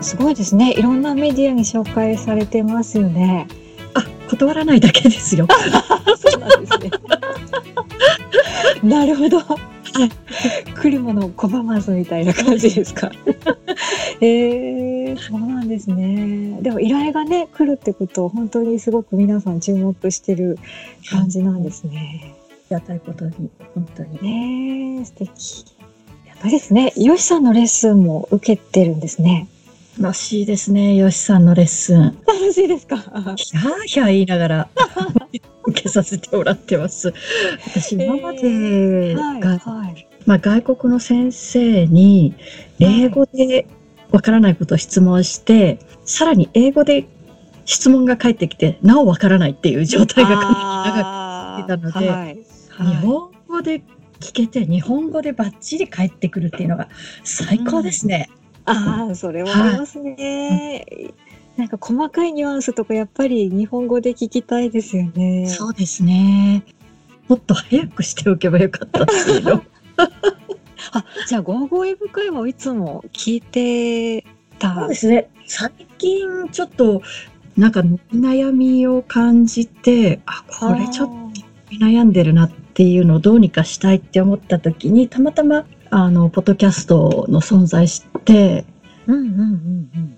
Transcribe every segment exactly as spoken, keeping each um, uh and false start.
すごいですね。いろんなメディアに紹介されてますよね。 あ、断らないだけですよ。 そうなんですね。なるほど。 はい。 来るものを拒まずみたいな感じですか。えー、そうなんですね。でも依頼がね、来るってことを本当にすごく皆さん注目してる感じなんですね。 ありがたいことに、本当に。 ねえ、素敵。やっぱりですね、よしさんのレッスンも受けてるんですね。 楽しいですね、よしさんのレッスン。 楽しいですか。 ひゃーひゃー言いながら受けさせてもらってます。私今までが、 えーはいはい、 まあ、外国の先生に英語でわからないことを質問して、さらに英語で質問が返ってきてなおわからないっていう状態がかなり長く続いたので、はいはい、日本語で聞けて日本語でバッチリ返ってくるっていうのが最高ですね。 うん、ああ、それはありますね。はい、なんか細かいニュアンスとかやっぱり日本語で聞きたいですよね。 そうですね。もっと早くしておけばよかったっていうの。 あ、じゃあゴーゴー英語会話をいつも聞いてた。 そうですね。最近ちょっとなんか悩みを感じて、あ、これちょっと悩んでるなっていうのをどうにかしたいって思った時に、たまたまあのポッドキャストの存在して、 うんうんうんうん、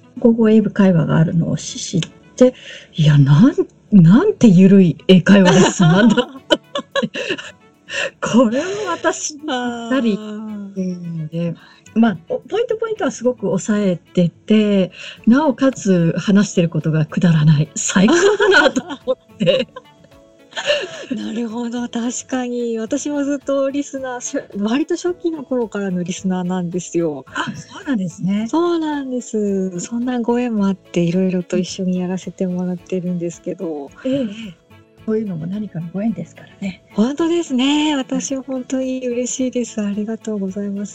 ゴーゴー英語会話があるのを知って、いや、なんなんてゆるい英会話レッスンなんだってこれも私にぴったりっていうので、まあ、ポイントポイントはすごく抑えてて、なおかつ話してることがくだらない。最高だなと思って。 なるほど、確かに。私もずっとリスナー、割と初期の頃からのリスナーなんですよ。 あ、そうなんですね。 そうなんです。そんなご縁もあって、いろいろと一緒にやらせてもらってるんですけど。 ええ、こういうのも何かのご縁ですからね。 本当ですね。私は本当に嬉しいです。ありがとうございます。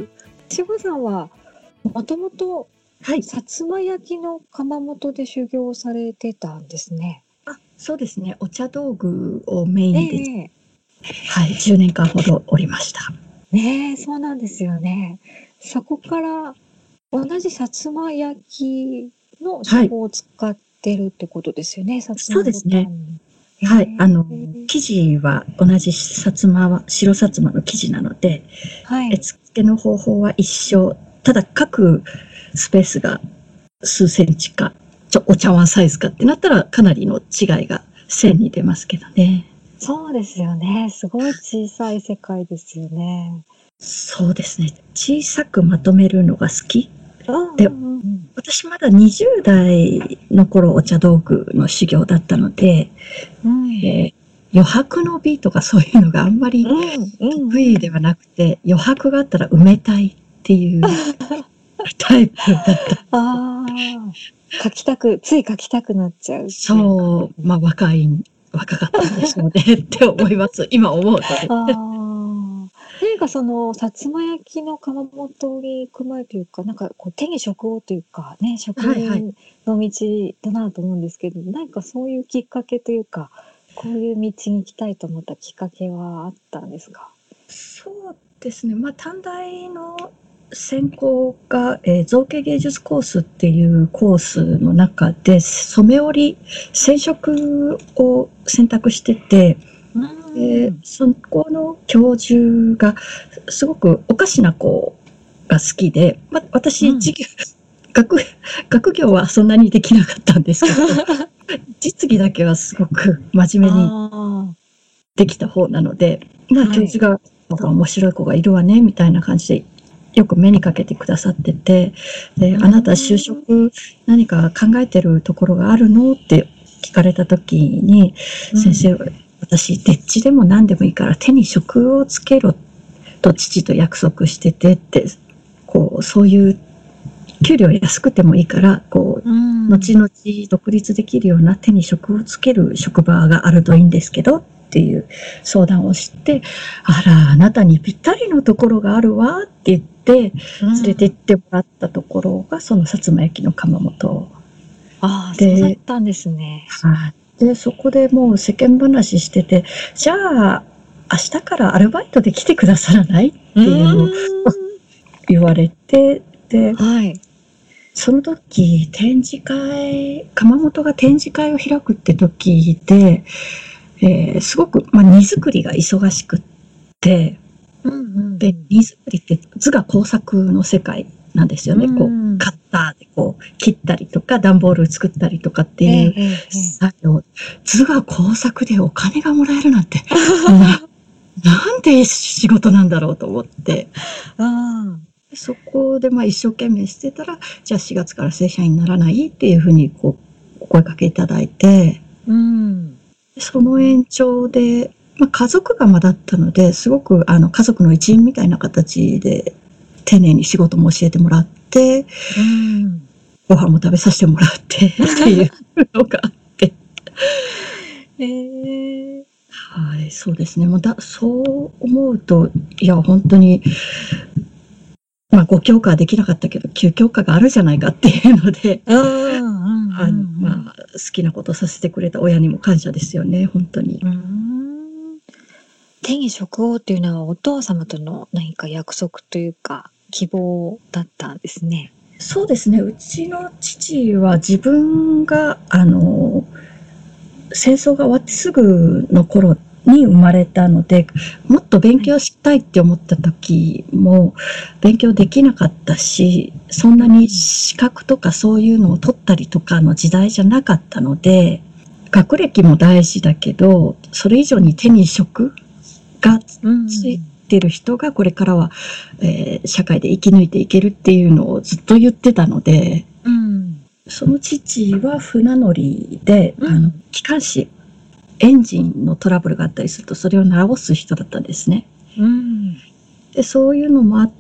志保さんは、もともと、はい、薩摩焼の窯元で修行されてたんですね。 あ、そうですね。お茶道具をメインで、 えー、 はい、じゅうねんかんほどおりました。 ねえ、そうなんですよね。そこから同じ薩摩焼の手法を使ってるってことですよね。はい、薩摩そうですね。はい、あの生地は同じ薩摩は白薩摩の生地なので、はい、絵付けの方法は一緒。ただ各スペースが数センチかちょお茶碗サイズかってなったらかなりの違いが線に出ますけどね。 そうですよね。すごい小さい世界ですよね。 そうですね。小さくまとめるのが好き。で、私まだにじゅう代の頃お茶道具の修行だったので、うんえー、余白の美とかそういうのがあんまり得意ではなくて、うんうん、余白があったら埋めたいっていうタイプだった。 あ書きたく、つい書きたくなっちゃう。 そう、まあ若い、若かったんでしょうねって思います。今思うと、ね。 何かその薩摩焼の窯元に行く前というか、なんかこう手に職をというかね、職人の道だなと思うんですけど、はいはい、何かそういうきっかけというか、こういう道に行きたいと思ったきっかけはあったんですか？ そうですね。まあ短大の専攻が、えー、造形芸術コースっていうコースの中で染め織り染色を選択してて、でそこの教授がすごくおかしな子が好きで、ま、私、うん、授業学学業はそんなにできなかったんですけど実技だけはすごく真面目にできた方なので、まあ、教授が、はい、面白い子がいるわねみたいな感じでよく目にかけてくださってて、で、あなた就職何か考えてるところがあるのって聞かれた時に、うん、先生、私、でっちでも何でもいいから手に職をつけろと父と約束しててって、こう、そういう給料安くてもいいから、こう、うん、後々独立できるような手に職をつける職場があるといいんですけどっていう相談をして、あら、あなたにぴったりのところがあるわって言って、連れて行ってもらったところが、その薩摩焼の窯元。 ああ、そうだったんですね。 はい。で、そこでもう世間話してて、じゃあ、明日からアルバイトで来てくださらないっていうのを言われて、で、はい、 その時、展示会、窯元が展示会を開くって時で、えーすごく、まあ、荷造りが忙しくって、 うんうんで、荷造りって図画工作の世界なんですよね。こう、カッターでこう、切ったりとか、段ボール作ったりとかっていう作業。図画工作でお金がもらえるなんて、な、なんて仕事なんだろうと思って。そこでまあ一生懸命してたら、じゃあしがつから正社員にならないっていうふうにこう、お声かけいただいて、 うん、 その延長で、まあ、家族釜だったので、すごくあの家族の一員みたいな形で、丁寧に仕事も教えてもらって、 うん、 ご飯も食べさせてもらってっていうのがあって。 えー、 はい、そうですね。もうだそう思うと、いや、本当に、まあ、ご教科はできなかったけど、きゅう教科があるじゃないかっていうので、 うんうんあの、まあ、好きなことさせてくれた親にも感謝ですよね、本当に。 うん、手に職をっていうのはお父様との何か約束というか希望だったんですね。 そうですね。うちの父は自分が、あの、戦争が終わってすぐの頃に生まれたので、もっと勉強したいって思った時も勉強できなかったし、そんなに資格とかそういうのを取ったりとかの時代じゃなかったので、学歴も大事だけど、それ以上に手に職がついてる人がこれからは、えー、社会で生き抜いていけるっていうのをずっと言ってたので、うん、その父は船乗りで、うん、あの機関士、エンジンのトラブルがあったりするとそれを直す人だったんですね。うん、でそういうのもあって、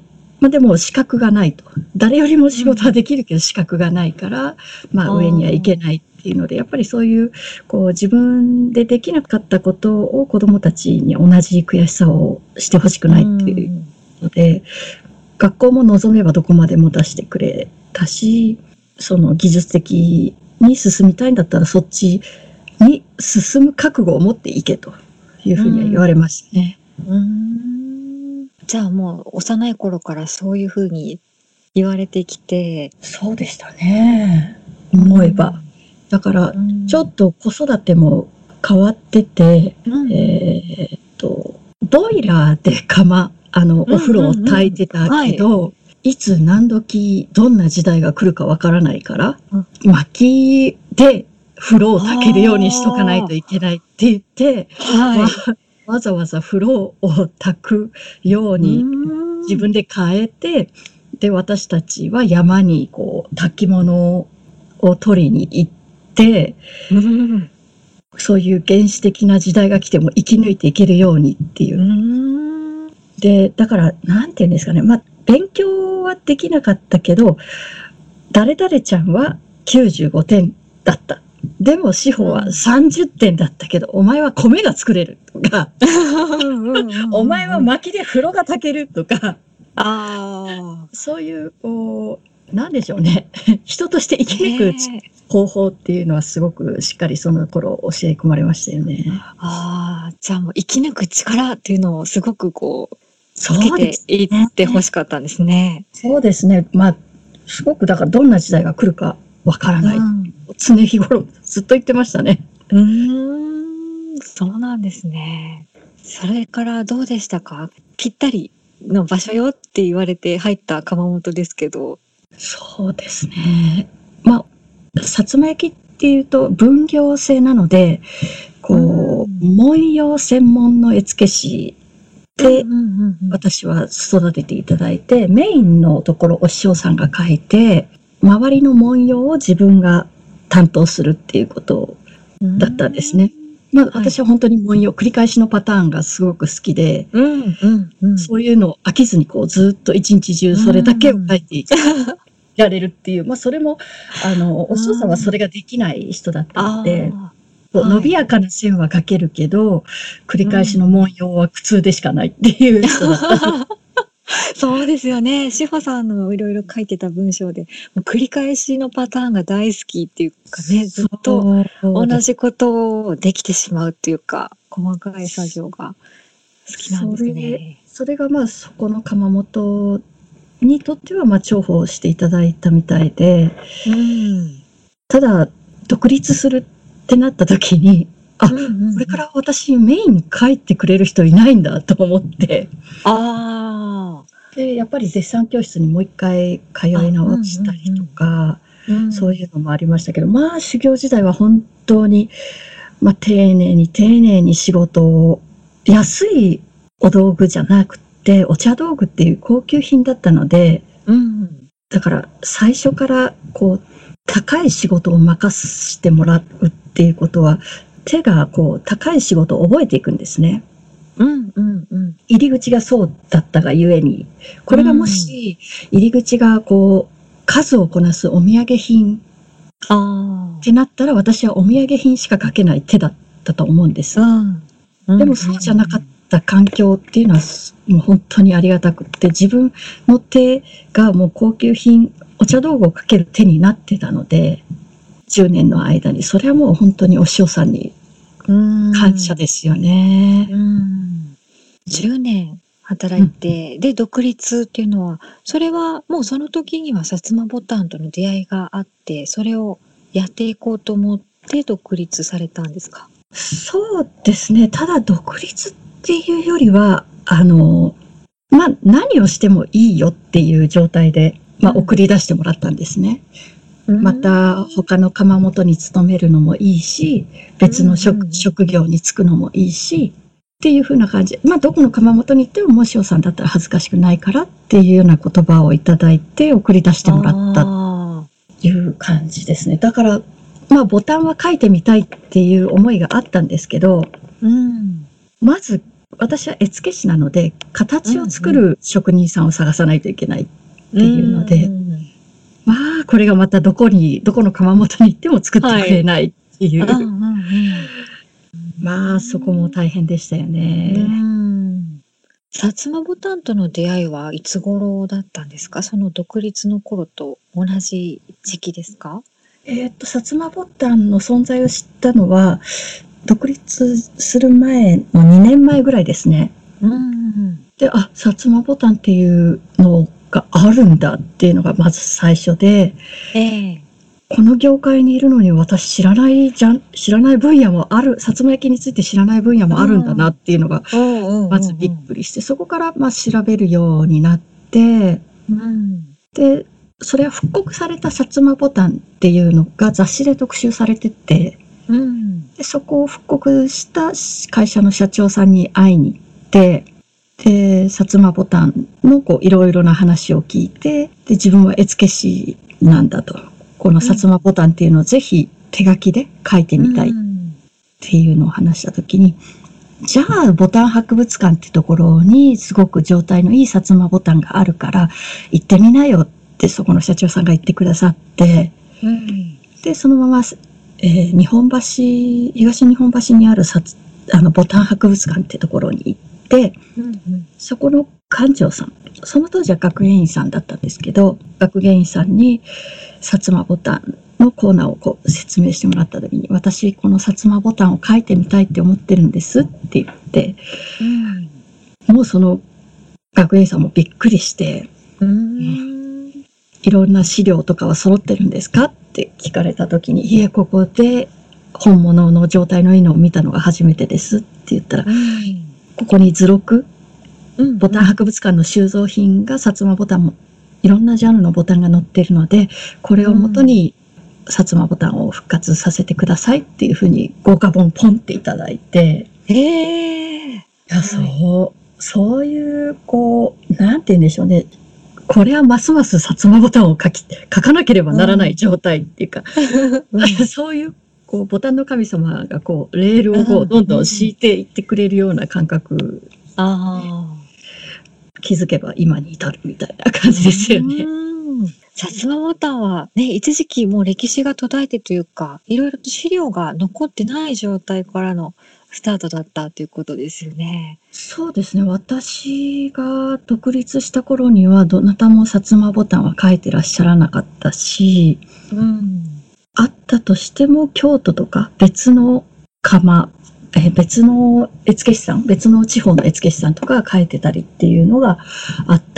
まあ、でも資格がないと、誰よりも仕事はできるけど資格がないから、まあ、上には行けないっていうので、やっぱりそういうこう自分でできなかったことを子どもたちに同じ悔しさをしてほしくないっていうので、学校も望めばどこまでも出してくれたし、その技術的に進みたいんだったらそっちに進む覚悟を持っていけというふうには言われましたね。 うんうん、じゃあもう幼い頃からそういうふうに言われてきて。 そうでしたね、思えば。だからちょっと子育ても変わってて、うん、えー、っとボイラーで釜、あのお風呂を炊いてたけど、うんうんうん、はい、いつ何時どんな時代が来るかわからないから、うん、薪で風呂を炊けるようにしとかないといけないって言って、はい、わ, わざわざ風呂を炊くように自分で変えて、で私たちは山にこう炊き物を取りに行って、うん、そういう原始的な時代が来ても生き抜いていけるようにっていう。うん、でだからなんていうんですかね、まあ勉強はできなかったけど、誰々ちゃんはきゅうじゅうごてんだった。でも志保はさんじゅってんだったけど、うん、お前は米が作れるとか、お前は薪で風呂が炊けるとか、あそういうこうなんでしょうね、人として生き抜く方法っていうのはすごくしっかりその頃教え込まれましたよね。 ああ、じゃあもう生き抜く力っていうのをすごくこうつけていってほしかったんですね。 そうですね。まあすごくだからどんな時代が来るかわからない、うん、常日頃ずっと言ってましたね。 うーん、そうなんですね。それからどうでしたか？ぴったりの場所よって言われて入った窯元ですけど。 そうですね。まあ薩摩焼っていうと分業制なので、こう、うん、文様専門の絵付け師で、うんうんうんうん、私は育てていただいて、メインのところお師匠さんが描いて、周りの文様を自分が担当するっていうことだったんですね。まあ、私は本当に文様、繰り返しのパターンがすごく好きで、うんうんうん、そういうのを飽きずにこうずっと一日中それだけを描いていられるっていう、まあそれもあのお師匠さんはそれができない人だったので、伸びやかな線は描けるけど、はい、繰り返しの文様は苦痛でしかないっていう人だったの。 そうですよね。志保さんのいろいろ書いてた文章で、もう繰り返しのパターンが大好きっていうかね、ずっと同じことをできてしまうっていうか、細かい作業が好きなんですね。 それ、それがまあそこの窯元にとってはまあ重宝していただいたみたいで、 うん。 ただ独立するってなった時に、あ、 うんうんうん、 これから私メインに書いてくれる人いないんだと思って、 あで、やっぱり絶賛教室にもう一回通い直したりとか、 うんうんうん、 そういうのもありましたけど、まあ修行時代は本当に、まあ丁寧に丁寧に仕事を、安いお道具じゃなくて、お茶道具っていう高級品だったので、 うん、 だから最初からこう、高い仕事を任してもらうっていうことは、手がこう、高い仕事を覚えていくんですね。 うんうんうん。 入り口がそうだったがゆえに、これがもし、入り口がこう、数をこなすお土産品ってなったら、私はお土産品しか書けない手だったと思うんです。 うんうん、 でもそうじゃなかった環境っていうのは、もう本当にありがたくって、自分の手がもう高級品、お茶道具をかける手になってたので、じゅうねんの間に、それはもう本当にお師匠さんに感謝ですよね。 うん、じゅうねん働いて、うん、で独立っていうのは、それはもうその時には薩摩ボタンとの出会いがあって、それをやっていこうと思って独立されたんですか？ そうですね。ただ独立っていうよりは、あの、まあ、何をしてもいいよっていう状態で、まあ、送り出してもらったんですね。うん、また、他の窯元に勤めるのもいいし、別の 職,、うん、職業に就くのもいいし、っていう風な感じ。まあ、どこの窯元に行っても、もしおさんだったら恥ずかしくないからっていうような言葉をいただいて送り出してもらったっていう感じですね。だから、まあ、ボタンは書いてみたいっていう思いがあったんですけど、うん、まず、私は絵付け師なので、形を作る職人さんを探さないといけないっていうので、うんうん、まあ、これがまたどこに、どこの窯元に行っても作ってくれないっていう。はい、うんうんうん、まあ、そこも大変でしたよね。うん、 薩摩ボタンとの出会いはいつ頃だったんですか？その独立の頃と同じ時期ですか？ えっと、薩摩ボタンの存在を知ったのは、独立する前のにねんまえぐらいですね。うんうん、で、あ、薩摩ボタンっていうのがあるんだっていうのがまず最初で、えー、この業界にいるのに私知らないじゃん、知らない分野もある、薩摩焼について知らない分野もあるんだなっていうのが、まずびっくりして、そこからまあ調べるようになって、うん、で、それは復刻された薩摩ボタンっていうのが雑誌で特集されてて、うん、でそこを復刻した会社の社長さんに会いに行って、で、薩摩ボタンのこういろいろな話を聞いて、で、自分は絵付け師なんだと。この薩摩ボタンっていうのをぜひ手書きで書いてみたいっていうのを話したときに、じゃあボタン博物館ってところにすごく状態のいい薩摩ボタンがあるから行ってみなよってそこの社長さんが言ってくださって、うん、で、そのまま、えー、日本橋、東日本橋にあるさあのボタン博物館ってところに行って、うんうん、そこの館長さん、その当時は学芸員さんだったんですけど、学芸員さんに薩摩ボタンのコーナーをこう説明してもらった時に、私この薩摩ボタンを書いてみたいって思ってるんですって言って、うん、もうその学芸員さんもびっくりして、うん、いろんな資料とかは揃ってるんですかって聞かれた時に、いえ、ここで本物の状態のいいのを見たのが初めてですって言ったら、うん、ここに図録、ボタン博物館の収蔵品が薩摩ボタンもいろんなジャンルのボタンが載っているので、これをもとに薩摩ボタンを復活させてくださいっていうふうに豪華本ポンっていただいて、えー、いや、そう、そういうこう、なんて言うんでしょうね。これはますます薩摩ボタンを書き、書かなければならない状態っていうか、うん、そういうこうボタンの神様がこうレールをこうどんどん敷いていってくれるような感覚。ああ。気づけば今に至るみたいな感じですよね。 薩摩ボタンはね、一時期もう歴史が途絶えてというか、いろいろと資料が残ってない状態からのスタートだったということですよね。 そうですね。私が独立した頃にはどなたも薩摩ボタンは書いてらっしゃらなかったし、うん、あったとしても京都とか別の窯、え別の絵付け師さん、別の地方の絵付け師さんとかが書いてたりっていうのがあった。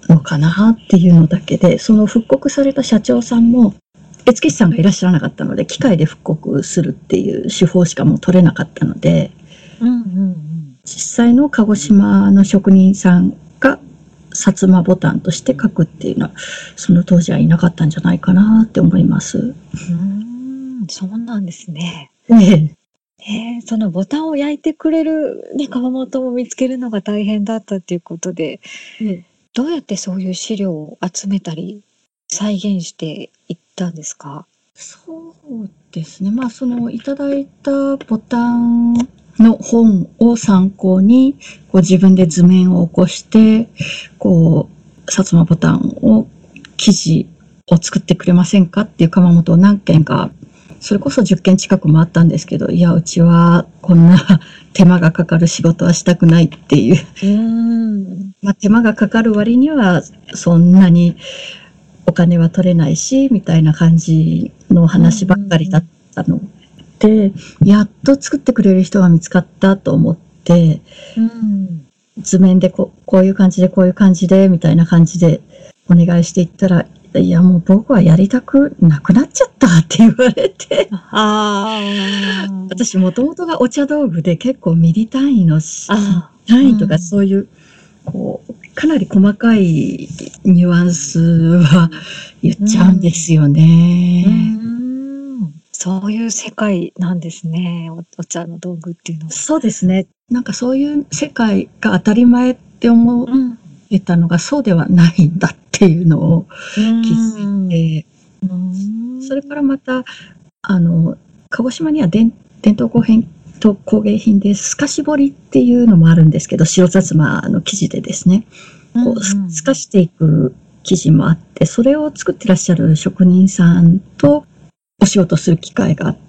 のかなっていうのだけで、その復刻された社長さんも、絵付け師さんがいらっしゃらなかったので、機械で復刻するっていう手法しかもう取れなかったので、 うんうんうん。 実際の鹿児島の職人さんが薩摩ボタンとして書くっていうのは、その当時はいなかったんじゃないかなって思います。 うーん、そうなんですね。 ええ、 えー、そのボタンを焼いてくれる、ね、窯元も見つけるのが大変だったっていうことで、 ええ、 どうやってそういう資料を集めたり、再現していったんですか？ そうですね。まあ、そのいただいたボタンの本を参考に、こう自分で図面を起こして、こう、薩摩ボタンを、生地を作ってくれませんかっていう窯元を何件か、それこそじゅっけん近くもあったんですけど、いや、うちはこんな手間がかかる仕事はしたくないっていう。 うーん。 まあ、手間がかかる割には、そんなにお金は取れないし、みたいな感じの話ばっかりだったので、やっと作ってくれる人が見つかったと思って、 うん。 図面でこう、こういう感じで、こういう感じで、みたいな感じでお願いしていったら、いや、もう僕はやりたくなくなっちゃったって言われて、 ああ。 私もともとがお茶道具で結構ミリ単位のあ単位とかうんそういう、こう、かなり細かいニュアンスは言っちゃうんですようね。 ーん。そういう世界なんですね。お、お茶の道具っていうのは。 そうですね。なんかそういう世界が当たり前って思っうん。 てたのがそうではないんだっていうのを気づいて、 うーん。 それからまた、あの、鹿児島には伝伝統工編と工芸品で透かし彫りっていうのもあるんですけど、白薩摩の生地でですね、こう、 うんうん透かしていく生地もあって、それを作ってらっしゃる職人さんとお仕事する機会があって、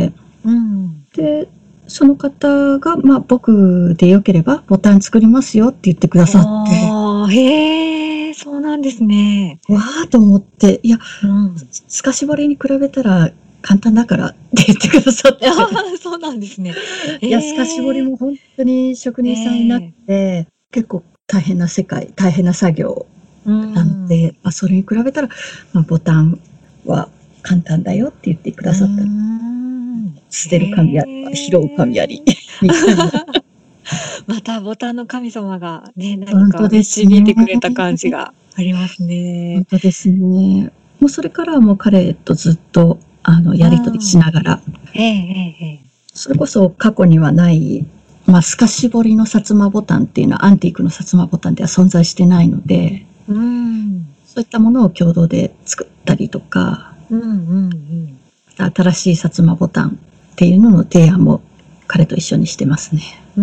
うん。 で、その方が、まあ、僕でよければボタン作りますよって言ってくださって、 ああ、へえ、そうなんですね。 わーと思って、いや、 うん。 透かし彫りに比べたら簡単だからって言ってくださって、 ああ、そうなんですね。 いや、透かし彫りへえ。 も本当に職人さんになっえて、結構大変な世界、大変な作業うなのん。 で、まあ、それに比べたら、まあ、ボタンは簡単だよって言ってくださった。 うーん。 捨てる神あり、 へ拾う神あり、 え。 みたいな。 またボタンの神様がね、何本か当です導いてくれね。 た感じがあります本ね。 当ですね。もうそれからはもう彼とずっと、あの、 うやりとりしん。 ながら、 ええええええ。 それこそ過去にはない、まあ、透かし彫りの薩摩ボタンっていうのはアンティークの薩摩ボタンでは存在してないので、 うん。 そういったものを共同で作ったりとか、 うんうんうん。 新しい薩摩ボタンっていうのの提案も彼と一緒にしてますね。 うん。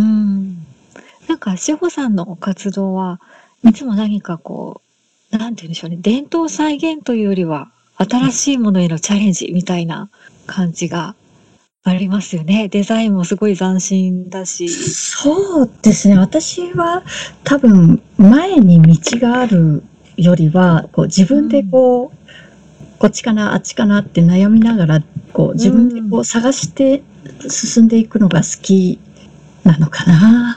なんか志保さんの活動はいつも何かこう、なんて言うんでしょうね、伝統再現というよりは、新しいものへのチャレンジみたいな感じがありますよね。デザインもすごい斬新だし。 そうですね。私は多分前に道があるよりは、こう自分でこう、こっちかな、あっちかなって悩みながら、こう自分でこう探して進んでいくのが好きなのかな。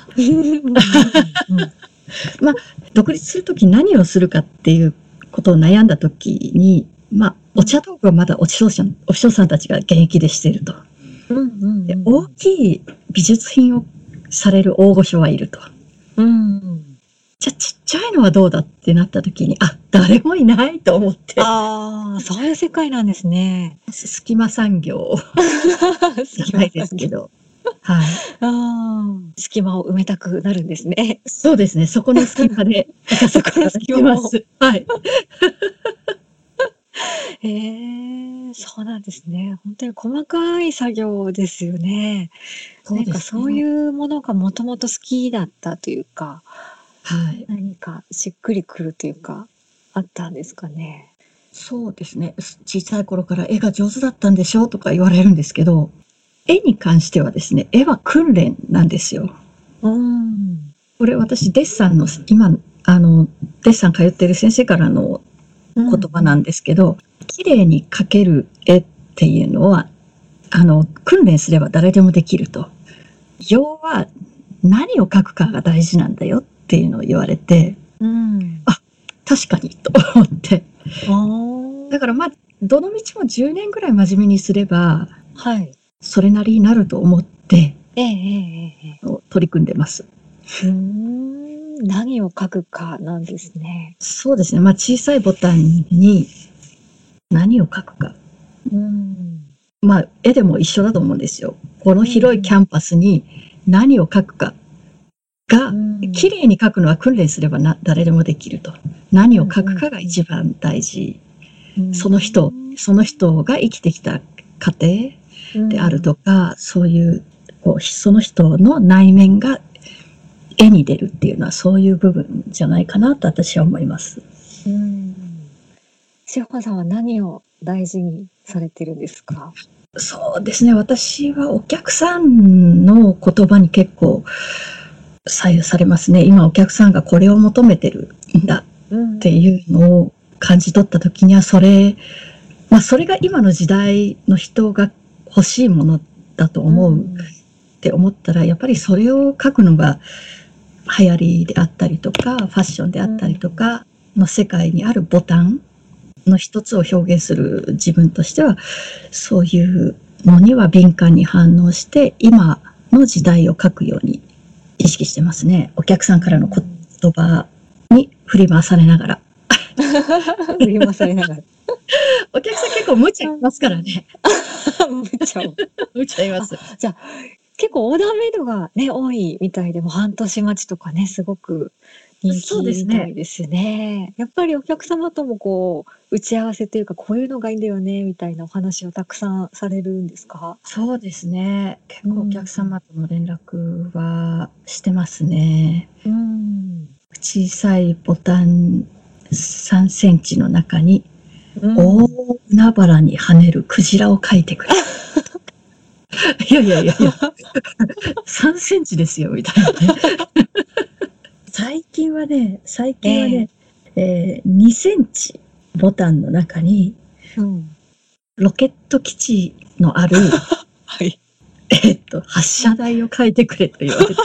まあ、独立するとき何をするかっていうことを悩んだときに、まあ、お茶道具はまだお師匠さん、お師匠さんたちが現役でしていると。で、大きい美術品をされる大御所はいると。 うん。 じゃあちっちゃいのはどうだってなったときに、あ、誰もいないと思って。 ああ、そういう世界なんですね。 隙間産業じゃないですけど。はい。 ああ、隙間を埋めたくなるんですね。 そうですね。そこの隙間で行かせていただきます。はい。 へえ、そうなんですね。本当に細かい作業ですよね。 そうですね。 なんかそういうものがもともと好きだったというか、 はい。 何かしっくりくるというか、あったんですかね。 そうですね。小さい頃から絵が上手だったんでしょとか言われるんですけど、絵に関してはですね、絵は訓練なんですよ。 うん。 これ私デッサンの、今、あの、デッサン通ってる先生からの言葉なんですけど、綺麗に描ける絵っていうのは、あの、訓練すれば誰でもできると。要は何を描くかが大事なんだよっていうのを言われて、 うん。 あ、 確かにと思って。 あだからまあ、どの道もじゅうねんぐらい真面目にすれば、 あ、はい。 それなりになると思って、 ええええええ。 取り組んでます。 うーん、何を書くかなんですね。 そうですね。まあ、小さいボタンに何を書くか。 うん。 まあ、絵でも一緒だと思うんですよ。この広いキャンパスに何を書くかが、綺麗に書くのは訓練すればな誰でもできると。何を書くかが一番大事。その人、その人が生きてきた過程であるとか、そういう、こう、その人の内面が絵に出るっていうのはそういう部分じゃないかなと私は思います。 うん。志保さんは何を大事にされてるんですか？ そうですね。私はお客さんの言葉に結構左右されますね。今お客さんがこれを求めてるんだっていうのを感じ取った時には、それ、まあそれが今の時代の人が欲しいものだと思うって思ったら、やっぱりそれを書くのが流行りであったりとか、ファッションであったりとかの世界にあるボタンの一つを表現する自分としては、そういうのには敏感に反応して、今の時代を書くように意識してますね。お客さんからの言葉に振り回されながら。 振り回されながら。 お客さん結構無茶いますからね。 無茶を。 無茶います。 じゃあ、結構オーダーメイドがね、多いみたいで、も半年待ちとかね、すごく人気みたいですね。やっぱりお客様ともこう、打ち合わせというか、こういうのがいいんだよね、みたいなお話をたくさんされるんですか？ そうですね。結構お客様との連絡はしてますね。 うん。 小さいボタンさんセンチの中に、 うん、 大海原に跳ねるクジラを描いてくれ。いやいやいやいや、さんセンチですよ、みたいなね。最近はね、最近はね、えーえー、にセンチボタンの中に、うん、ロケット基地のある、はい、えっと、発射台を描いてくれと言われて。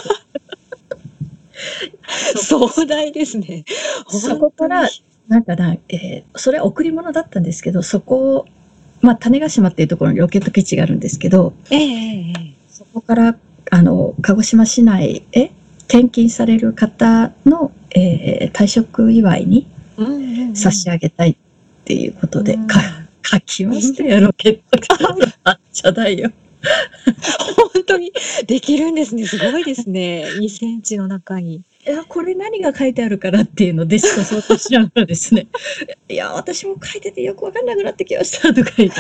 壮大ですね。 そこから、なんかな、えー、それは贈り物だったんですけど、そこを、まあ、種子島っていうところにロケット基地があるんですけど、えー、そこから、あの、鹿児島市内へ転勤される方の、えー、退職祝いに差し上げたいっていうことで、うんうん、か書きましたよ、ロケット基地の発射台を。 本当にできるんですね。すごいですね。にセンチの中に。 いや、これ何が書いてあるからっていうのでしか想像しながらですね。いや、私も書いててよくわかんなくなってきましたとか言って。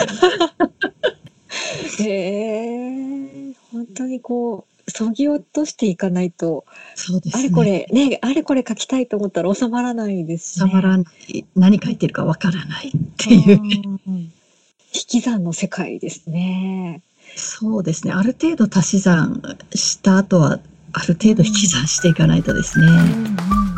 へえ、本当にこう、そぎ落としていかないと、 そうですね。 あれこれ、ね、あれこれ書きたいと思ったら収まらないですしね。収まらない。何書いてるかわからないっていう、ね。 引き算の世界ですね。 そうですね。ある程度足し算した後は、ある程度引き算していかないとですね。うんうん